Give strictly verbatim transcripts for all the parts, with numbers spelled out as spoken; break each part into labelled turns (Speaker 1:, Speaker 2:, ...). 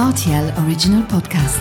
Speaker 1: R T L Original Podcast.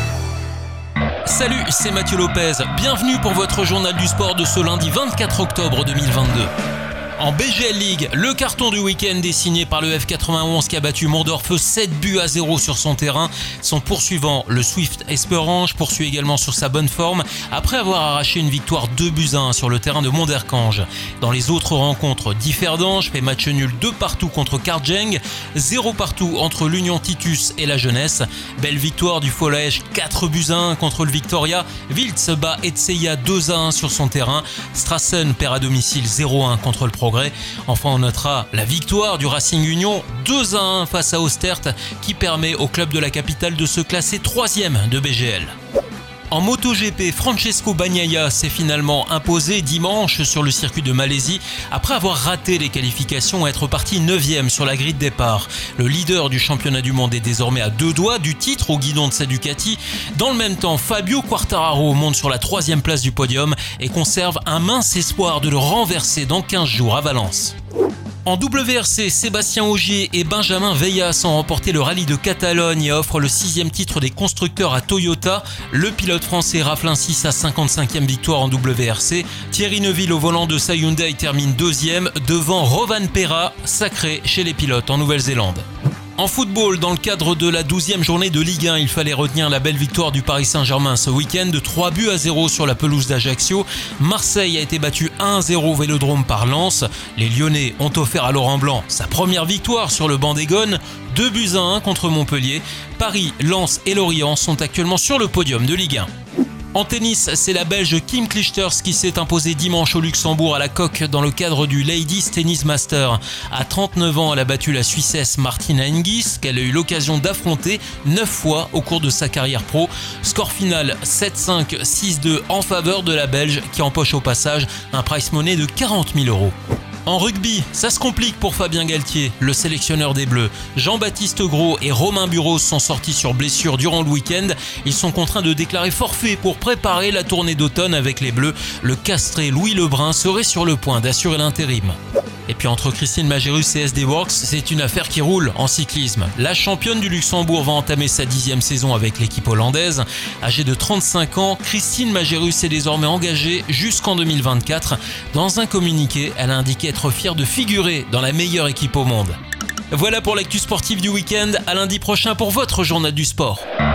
Speaker 2: Salut, c'est Mathieu Lopez. Bienvenue pour votre journal du sport de ce lundi vingt-quatre octobre deux mille vingt-deux. En B G L League, le carton du week-end est signé par le F quatre-vingt-onze qui a battu Mondorf sept buts à zéro sur son terrain. Son poursuivant, le Swift Esperange, poursuit également sur sa bonne forme après avoir arraché une victoire deux buts à un sur le terrain de Monderkange. Dans les autres rencontres, Differdange fait match nul deux partout contre Karjeng, zéro partout entre l'Union Titus et la Jeunesse. Belle victoire du Follège, quatre buts à un contre le Victoria. Wiltz bat Etseya deux à un sur son terrain. Strassen perd à domicile zéro à un contre le Progrès. Enfin, on notera la victoire du Racing Union deux à un face à Ostert qui permet au club de la capitale de se classer troisième de B G L. En MotoGP, Francesco Bagnaia s'est finalement imposé dimanche sur le circuit de Malaisie après avoir raté les qualifications et être parti neuvième sur la grille de départ. Le leader du championnat du monde est désormais à deux doigts du titre au guidon de sa Ducati. Dans le même temps, Fabio Quartararo monte sur la troisième place du podium et conserve un mince espoir de le renverser dans quinze jours à Valence. En W R C, Sébastien Ogier et Benjamin Vellas ont remporté le rallye de Catalogne et offrent le sixième titre des constructeurs à Toyota. Le pilote français rafle ainsi sa cinquante-cinquième victoire en W R C. Thierry Neuville au volant de sa Hyundai termine deuxième devant Rovan Perra, sacré chez les pilotes en Nouvelle-Zélande. En football, dans le cadre de la douzième journée de Ligue un, il fallait retenir la belle victoire du Paris Saint-Germain ce week-end de trois buts à zéro sur la pelouse d'Ajaccio. Marseille a été battu un à zéro au Vélodrome par Lens. Les Lyonnais ont offert à Laurent Blanc sa première victoire sur le banc des Gones, deux buts à un contre Montpellier. Paris, Lens et Lorient sont actuellement sur le podium de Ligue un. En tennis, c'est la Belge Kim Clijsters qui s'est imposée dimanche au Luxembourg à la Coque dans le cadre du Ladies Tennis Master. À trente-neuf ans, elle a battu la Suissesse Martina Hingis qu'elle a eu l'occasion d'affronter neuf fois au cours de sa carrière pro. Score final sept cinq, six deux en faveur de la Belge qui empoche au passage un prize money de quarante mille euros. En rugby, ça se complique pour Fabien Galtier, le sélectionneur des Bleus. Jean-Baptiste Gros et Romain Buros sont sortis sur blessure durant le week-end. Ils sont contraints de déclarer forfait pour préparer la tournée d'automne avec les Bleus. Le castré Louis Lebrun serait sur le point d'assurer l'intérim. Et puis entre Christine Majerus et S D Works, c'est une affaire qui roule en cyclisme. La championne du Luxembourg va entamer sa dixième saison avec l'équipe hollandaise. Âgée de trente-cinq ans, Christine Majerus est désormais engagée jusqu'en deux mille vingt-quatre. Dans un communiqué, elle a indiqué être fière de figurer dans la meilleure équipe au monde. Voilà pour l'actu sportive du week-end. À lundi prochain pour votre journal du sport.